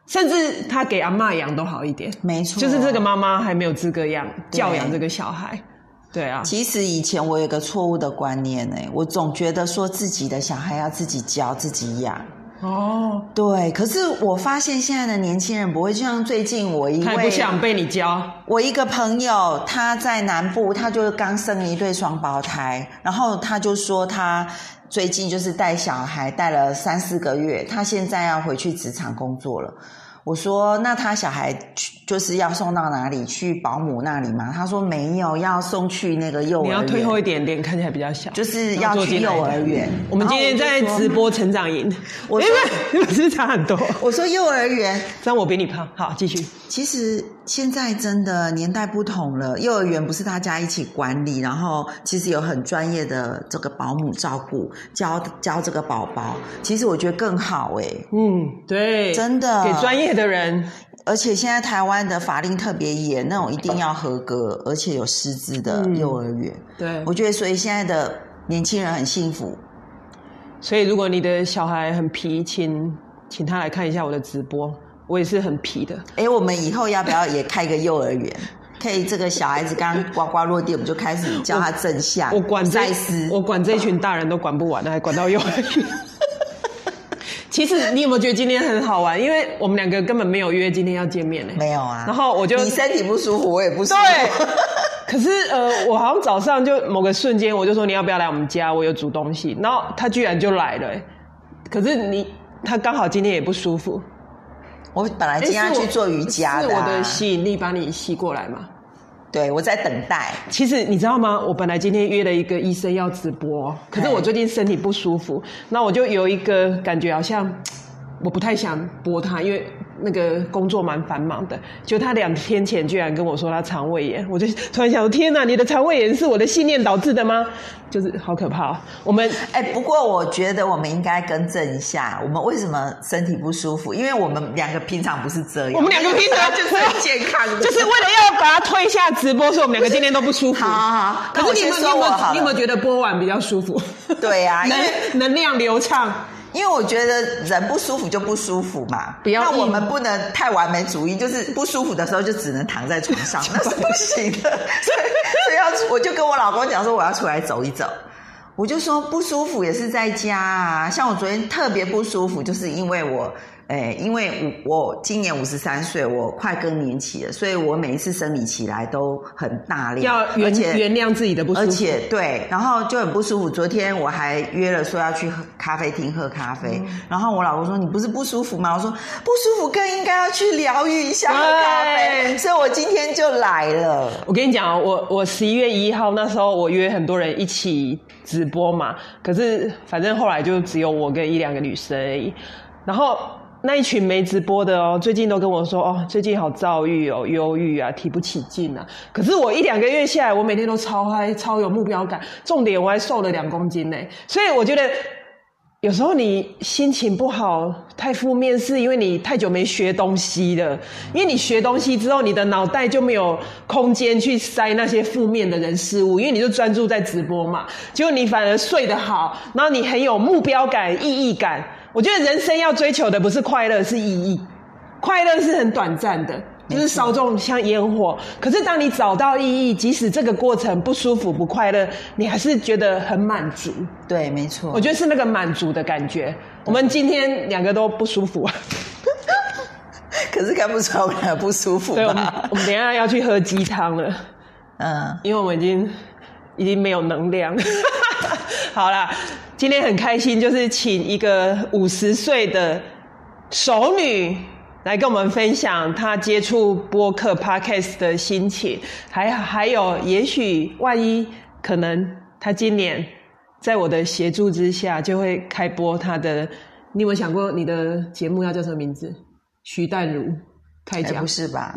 甚至他给阿嬷养都好一点。 没错， 就是这个妈妈还没有资格教养这个小孩。对啊， 其实以前我有一个错误的观念我总觉得说自己的小孩要自己教自己养。 哦， 对，可是我发现现在的年轻人不会，就像最近他也不想被你教。我一个朋友他在南部，他就刚生了一对双胞胎，然后他就说他最近就是带小孩带了3-4个月，他现在要回去职场工作了。我说那他小孩就是要送到哪里去保姆那里吗？他说没有，要送去那个幼儿园。 你要退后一点，脸看起来比较小， 就是要去幼儿园。 我们今天在直播成长营，我说你们是不是差很多？ 我说幼儿园， 这样我比你胖。好，继续。 其实现在真的年代不同了，幼儿园不是大家一起管理，然后其实有很专业的这个保姆照顾，教这个宝宝，其实我觉得更好对， 真的给专业的人。 而且现在台湾的法令特别严，那种一定要合格，而且有师资的幼儿园。 对， 我觉得所以现在的年轻人很幸福。 所以如果你的小孩很皮，请他来看一下我的直播，我也是很皮的。 我们以后要不要也开个幼儿园？可以，这个小孩子刚呱呱落地，我们就开始教他正向。 我管这一群大人都管不完，还管到幼儿园。其实你有没有觉得今天很好玩？因为我们两个根本没有约今天要见面没有啊。 然后你身体不舒服，我也不舒服。 对。可是我好像早上就某个瞬间，我就说你要不要来我们家？我有煮东西，然后他居然就来了。可是他刚好今天也不舒服。 我本来今天要去做瑜伽的。 是我的吸引力把你吸过来吗？ 对，我在等待。 其实你知道吗？我本来今天约了一个医生要直播，可是我最近身体不舒服，那我就有一个感觉好像我不太想播他，因为那个工作蛮繁忙的。就他2天前居然跟我说他肠胃炎，我就突然想说，天哪，你的肠胃炎是我的信念导致的吗？就是好可怕我们不过我觉得我们应该更正一下，我们为什么身体不舒服？因为我们两个平常不是这样， 我们两个平常就是很健康的， 就是为了要把它推下直播，所以我们两个今天都不舒服。 好， 可是你有没有觉得播完比较舒服？ 对啊，因为能量流畅。 因为我觉得人不舒服就不舒服嘛，那我们不能太完美主义，就是不舒服的时候就只能躺在床上，那是不行的。所以我就跟我老公讲说我要出来走一走，我就说不舒服也是在家啊。像我昨天特别不舒服，就是因为我今年53岁，我快更年期了，所以我每一次生理期来都很大量， 要原谅自己的不舒服， 而且对，然后就很不舒服。昨天我还约了说要去咖啡厅喝咖啡，然后我老公说你不是不舒服吗？我说不舒服更应该要去疗愈一下喝咖啡，所以我今天就来了。 我跟你讲我11月1号那时候我约很多人一起直播嘛，可是反正后来就只有我跟1-2个女生而已，然后那一群没直播的最近都跟我说最近好躁郁忧郁啊，提不起劲啊。可是我1-2个月下来，我每天都超嗨，超有目标感，重点我还瘦了2公斤所以我觉得有时候你心情不好太负面，是因为你太久没学东西了。因为你学东西之后，你的脑袋就没有空间去塞那些负面的人事物，因为你就专注在直播嘛，结果你反而睡得好，然后你很有目标感、意义感。我觉得人生要追求的不是快乐，是意义。快乐是很短暂的，就是稍纵像烟火。可是当你找到意义，即使这个过程不舒服、不快乐，你还是觉得很满足。 对，没错。 我觉得是那个满足的感觉。我们今天2个都不舒服可是看不出来我们俩不舒服吧？ 对，我们等一下要去喝鸡汤了。因为我们已经没有能量。好啦，今天很开心，就是请一个50岁的熟女来跟我们分享她接触播客 podcast 的心情，还有也许万一可能她今年在我的协助之下就会开播她的，你有没有想过你的节目要叫什么名字？徐淡如开讲？ 不是吧？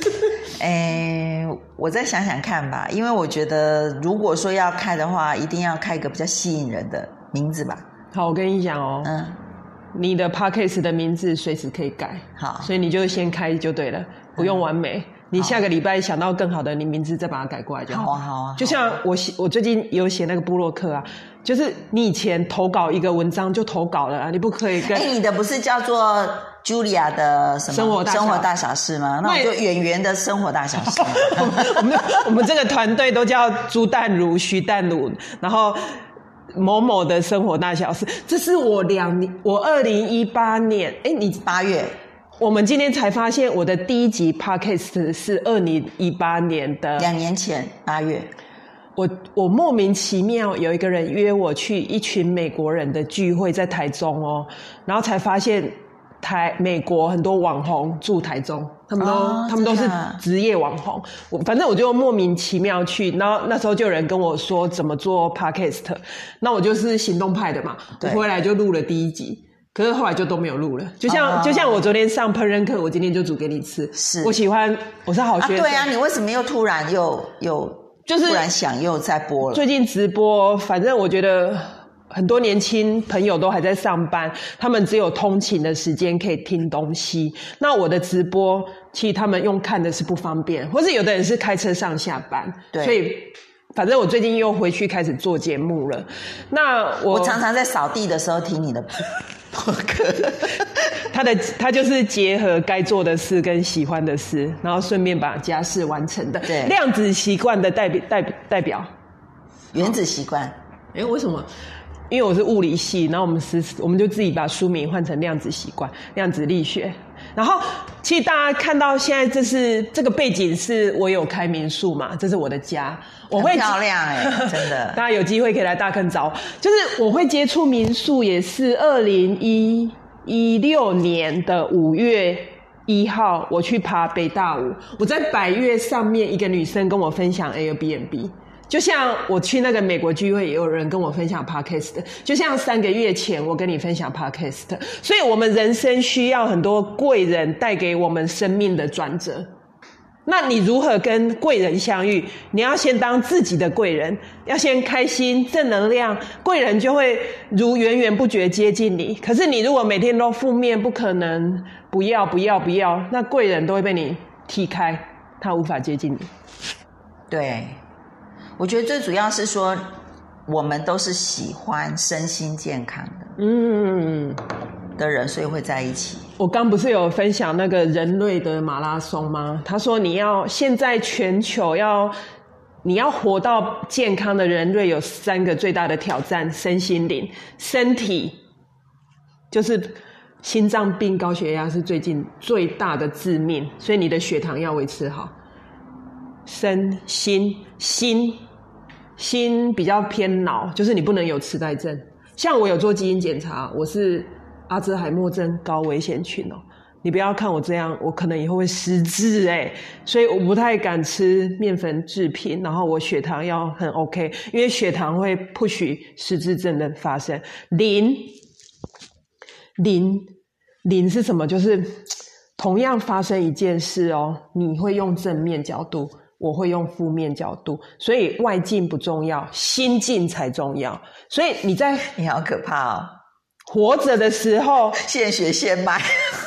我再想想看吧，因为我觉得如果说要开的话，一定要开一个比较吸引人的名字吧。 好，我跟你讲你的 podcast 的名字随时可以改， 好， 所以你就先开就对了，不用完美。 你下个礼拜想到更好的，你名字再把它改过来就好。 好啊。 就像我最近有写那个部落客啊，就是你以前投稿一个文章就投稿了啊，你不可以跟。 你的不是叫做 Julia 的什么生活大小事吗？那我就演员的生活大小事。 我们这个团队都叫朱淡如、徐淡如，然后某某的生活大小事。这是我2018年，你 8月。 我们今天才发现我的第一集 podcast 是2018年的 2年前8月。 我莫名其妙有一个人约我去一群美国人的聚会，在台中哦，然后才发现美国很多网红住台中，他们都是职业网红。反正我就莫名其妙去，然后那时候就有人跟我说怎么做 podcast， 那我就是行动派的嘛，我回来就录了第一集。可是后来就都没有录了，就像我昨天上烹饪课，我今天就煮给你吃。是，我喜欢，我是好学生。 对啊，你为什么又突然又就是突然想又在播了？ 最近直播，反正我觉得很多年轻朋友都还在上班，他们只有通勤的时间可以听东西。那我的直播，其实他们用看的是不方便，或是有的人是开车上下班，对，所以。反正我最近又回去开始做节目了。那我常常在扫地的时候听你的播客。 他就是结合该做的事跟喜欢的事，然后顺便把家事完成的。对，量子习惯的代表。 原子习惯。 为什么？因为我是物理系，然后我们就自己把书名换成量子习惯、量子力学。然后其实大家看到现在这个背景是我有开民宿嘛，这是我的家， 很漂亮真的。 大家有机会可以来大坑找我。就是我会接触民宿也是2016年的5月1号，我去爬北大武，我在百岳上面，一个女生跟我分享 Airbnb。就像我去那个美国聚会，也有人跟我分享 podcast， 就像3个月前我跟你分享 podcast， 所以我们人生需要很多贵人带给我们生命的转折。那你如何跟贵人相遇？你要先当自己的贵人，要先开心正能量，贵人就会如源源不绝接近你。可是你如果每天都负面，不可能，不要，那贵人都会被你踢开，他无法接近你。 对。我觉得最主要是说，我们都是喜欢身心健康的人，所以会在一起。 我刚不是有分享那个人类的马拉松吗？他说现在全球你要活到健康的人类有3个最大的挑战：身心灵。身体就是心脏病、高血压是最近最大的致命，所以你的血糖要维持好。心比较偏脑，就是你不能有痴呆症。像我有做基因检查，我是阿兹海默症高危险群哦。你不要看我这样，我可能以后会失智所以我不太敢吃面粉制品，然后我血糖要很 OK， 因为血糖会 push 失智症的发生。零是什么？就是同样发生一件事你会用正面角度，我会用负面角度，所以外境不重要，心境才重要。所以你好可怕活着的时候现学现卖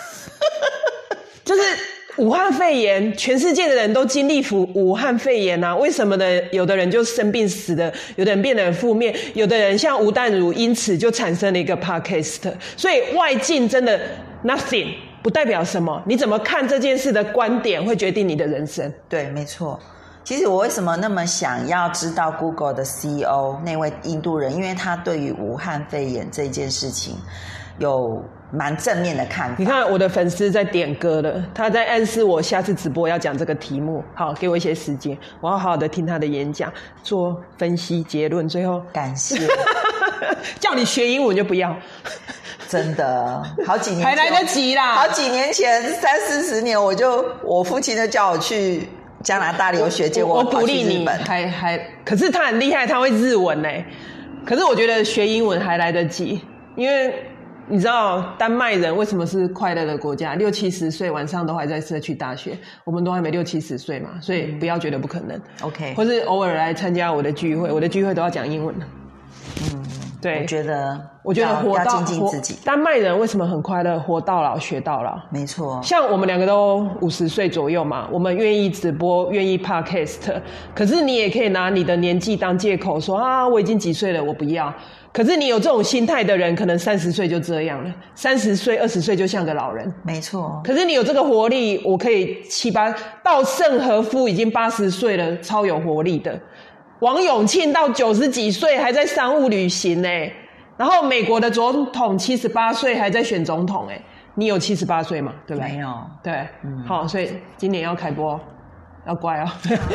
就是武汉肺炎，全世界的人都经历武汉肺炎啊，为什么呢？有的人就生病死的，有的人变得很负面，有的人像吴淡如因此就产生了一个 podcast。 所以外境真的 nothing，不代表什么，你怎么看这件事的观点会决定你的人生。 对，没错。其实我为什么那么想要知道 Google 的 CEO 那位印度人，因为他对于武汉肺炎这件事情有蛮正面的看法。 你看我的粉丝在点歌了，他在暗示我下次直播要讲这个题目。好，给我一些时间，我要好好的听他的演讲，做分析结论，最后感谢叫你学英文就不要真的好几年还来得及啦。 好几年前30-40年，我父亲就叫我去加拿大留学，结果我鼓励你，可是他很厉害，他会日文可是我觉得学英文还来得及，因为你知道丹麦人为什么是快乐的国家？60-70岁晚上都还在社区大学，我们都还没60-70岁嘛，所以不要觉得不可能。 OK， 或是偶尔来参加我的聚会，我的聚会都要讲英文。 对， 我觉得活到要精进自己。 丹麦人为什么很快乐？活到老学到老。 没错， 像我们两个都50岁左右嘛，我们愿意直播，愿意 podcast， 可是你也可以拿你的年纪当借口说啊，我已经几岁了，我不要。可是你有这种心态的人，可能30岁就这样了，30岁、20岁就像个老人。 没错。 可是你有这个活力，我可以7、8到圣和夫已经80岁了，超有活力的。王永庆到90几岁还在商务旅行欸，然后美国的总统78岁还在选总统欸，你有78岁吗？对不对？ 没有。 对，好，所以今年要开播，要乖哦。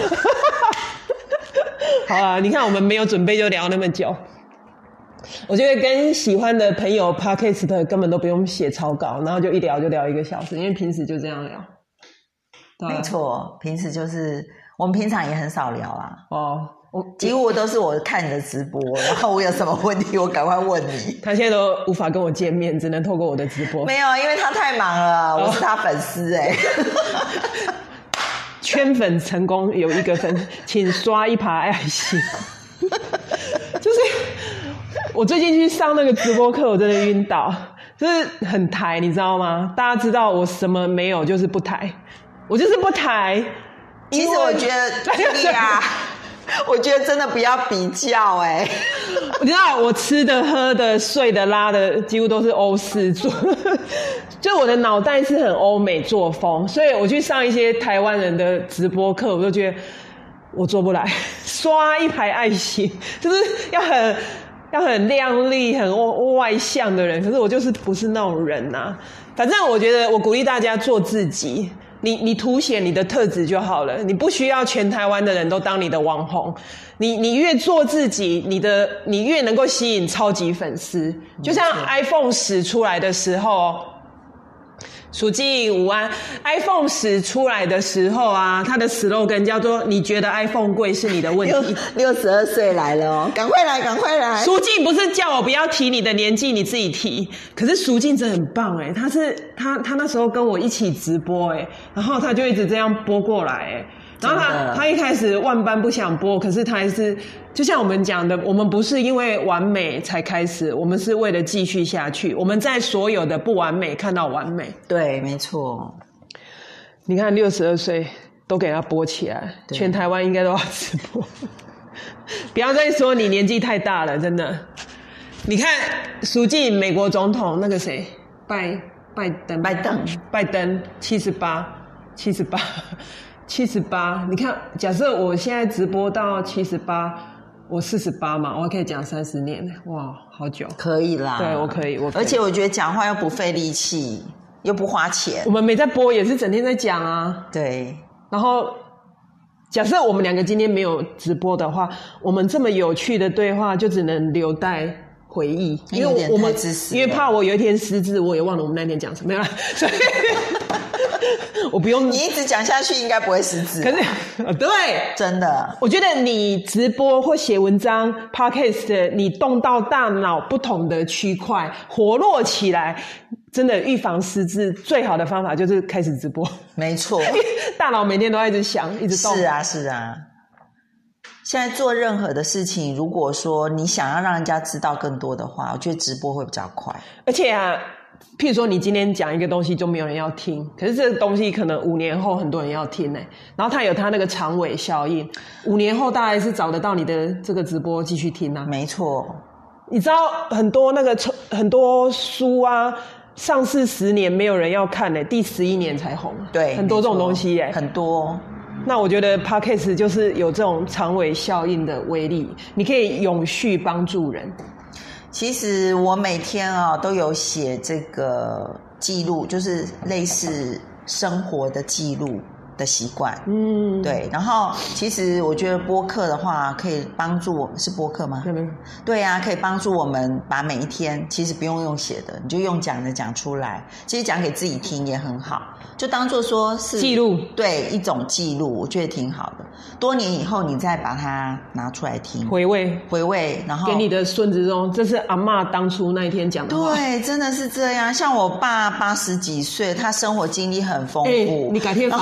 好啊，你看我们没有准备就聊那么久。我觉得跟喜欢的朋友 podcast 根本都不用写草稿，然后就一聊就聊1个小时，因为平时就这样聊。 没错，平时就是我们平常也很少聊啊。 哦。 几乎都是我看你的直播，然后我有什么问题我赶快问你。 他现在都无法跟我见面，只能透过我的直播。 没有，因为他太忙了，我是他粉丝欸。 圈粉成功有1个粉，请刷1排爱心。就是我最近去上那个直播课，我真的晕倒，就是很台，你知道吗？大家知道我什么没有，就是不台，我就是不台。 其实我觉得对呀。我觉得真的不要比较欸。 我知道我吃的喝的睡的拉的几乎都是欧式做，就我的脑袋是很欧美作风，所以我去上一些台湾人的直播课，我就觉得我做不来。刷1排爱心，就是要很靓丽很外向的人，可是我就是不是那种人啊。反正我觉得我鼓励大家做自己，你凸显你的特质就好了，你不需要全台湾的人都当你的网红，你越做自己，你越能够吸引超级粉丝。就像 iPhone 10出来的时候，属鸡午安 ，iPhone 10出来的时候啊，它的 slogan 叫做"你觉得 iPhone 贵是你的问题"。 62岁来了哦，赶快来，赶快来！ 苏静不是叫我不要提你的年纪，你自己提。可是苏静真的很棒欸，他那时候跟我一起直播欸，然后他就一直这样播过来欸。然后他一开始万般不想播，可是他还是就像我们讲的，我们不是因为完美才开始，我们是为了继续下去。我们在所有的不完美看到完美。 对，没错。 你看62岁都给他播起来，全台湾应该都要直播。不要再说你年纪太大了，真的。你看苏静美国总统那个谁拜登78，你看，假设我现在直播到78，我48嘛，我还可以讲30年，哇，好久。 可以啦， 对，我可以。 而且我觉得讲话又不费力气，又不花钱。 我们没在播，也是整天在讲啊。 对。 然后，假设我们2个今天没有直播的话，我们这么有趣的对话就只能留待回忆，因为因为怕我有一天失智，我也忘了我们那天讲什么样，所以我不用。 你一直讲下去，应该不会失智。 可是，对， 真的， 我觉得你直播或写文章 ，podcast， 你动到大脑不同的区块，活络起来，真的预防失智最好的方法就是开始直播。 没错， 大脑每天都在一直想，一直动。 是啊，是啊。现在做任何的事情，如果说你想要让人家知道更多的话，我觉得直播会比较快。 而且啊，譬如说你今天讲一个东西就没有人要听，可是这个东西可能5年后很多人要听欸，然后它有它那个长尾效应，5年后大概是找得到你的这个直播继续听啊。 没错。 你知道很多书啊，上市10年没有人要看欸，第11年才红。 对， 很多这种东西欸， 很多。 那我觉得 Podcast 就是有这种长尾效应的威力，你可以永续帮助人。 其实我每天都有写这个记录，就是类似生活的记录的习惯。对。然后其实我觉得播客的话可以帮助我们，是播客吗？对啊，可以帮助我们把每一天，其实不用写的，你就用讲的讲出来，其实讲给自己听也很好，就当作说是记录， 对，一种记录，我觉得挺好的。多年以后你再把它拿出来听， 回味， 然后给你的孙子说，这是阿嬷当初那一天讲的话。 对，真的是这样。像我爸80几岁，他生活经历很丰富。 你改天访问你爸。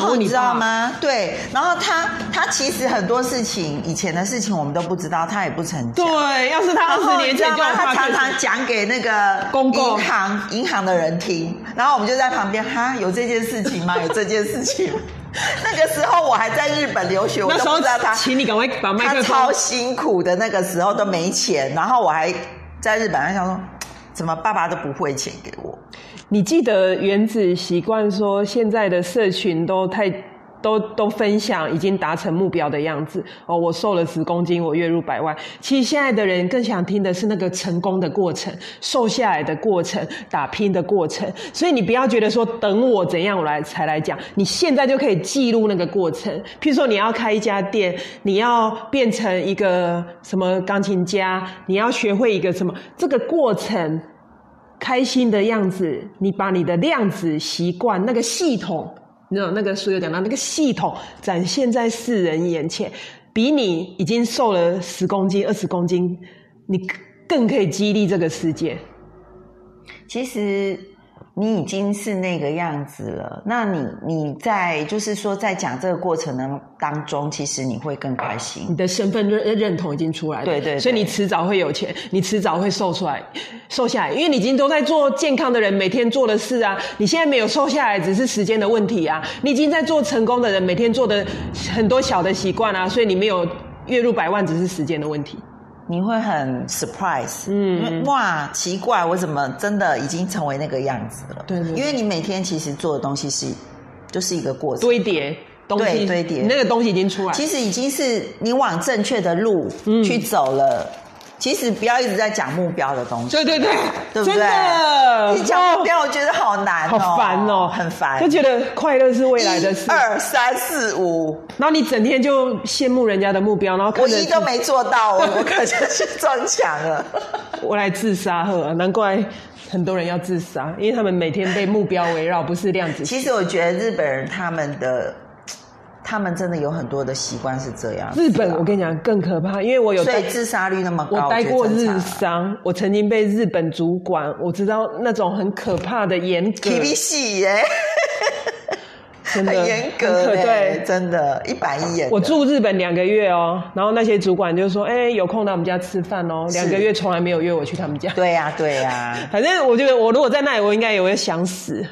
道吗？对，然后他其实很多事情，以前的事情我们都不知道，他也不曾讲。 对，要是他20年前就他常常讲给那个银行的人听，然后我们就在旁边，哈，有这件事情吗？有这件事情吗？那个时候我还在日本留学，我都不知道他， 请你赶快把麦克风。 他超辛苦的，那个时候都没钱，然后我还在日本，还想说，怎么爸爸都不汇钱给我？ 你记得原子习惯说，现在的社群都分享已经达成目标的样子哦，我瘦了10公斤，我月入100万。其实现在的人更想听的是那个成功的过程，瘦下来的过程，打拼的过程。所以你不要觉得说等我怎样我才来讲，你现在就可以记录那个过程。譬如说你要开一家店，你要变成一个什么钢琴家，你要学会一个什么，这个过程开心的样子，你把你的量子习惯那个系统，那个书有讲到，那个系统展现在世人眼前，比你已经瘦了10公斤、20公斤，你更可以激励这个世界。 其实你已经是那个样子了，那你在就是说在讲这个过程当中，其实你会更开心， 你的身份认同已经出来了， 对， 所以你迟早会有钱，你迟早会瘦下来，因为你已经都在做健康的人每天做的事啊，你现在没有瘦下来只是时间的问题啊，你已经在做成功的人每天做的很多小的习惯啊，所以你没有月入100万只是时间的问题。 你会很 surprise，哇，奇怪，我怎么真的已经成为那个样子了？ 对， 因为你每天其实做的东西就是一个过程， 堆叠东西， 堆叠， 你那个东西已经出来， 其实已经是你往正确的路去走了。其实不要一直在讲目标的东西， 对， 对不对？ 真的， 你讲目标，我觉得好难哦， 好烦哦， 很烦， 就觉得快乐是未来的事。 1、2、3、4、5， 然后你整天就羡慕人家的目标，然后看着我1都没做到，我可能就去撞墙了。 我来自杀呵，难怪很多人要自杀，因为他们每天被目标围绕，不是量子。 其实我觉得日本人他们真的有很多的习惯是这样。 日本我跟你讲更可怕，因为我有所以自杀率那么高。 我待过日商，我曾经被日本主管，我知道那种很可怕的严格。 厳しい耶， 真的很严格，对，真的110严。 我住日本2个月哦，然后那些主管就说：“有空到我们家吃饭哦。”2个月从来没有约我去他们家。 对呀，对呀。 反正我觉得，我如果在那里，我应该也会想死。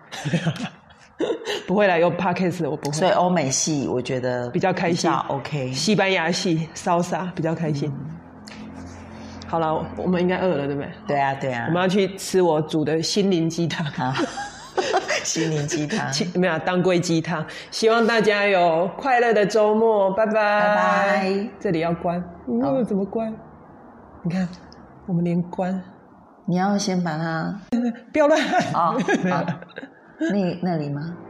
不会啦，有 podcast 我不会。 所以欧美系我觉得比较开心， 比较 OK。 西班牙系 salsa 比较开心。好了，我们应该饿了，对不对？ 对啊，对啊。 我们要去吃我煮的心灵鸡汤。 心灵鸡汤没有当归鸡汤。希望大家有快乐的周末，拜拜拜拜。 这里要关，怎么关？你看，我们连关。 你要先把它不要乱哦，那里吗？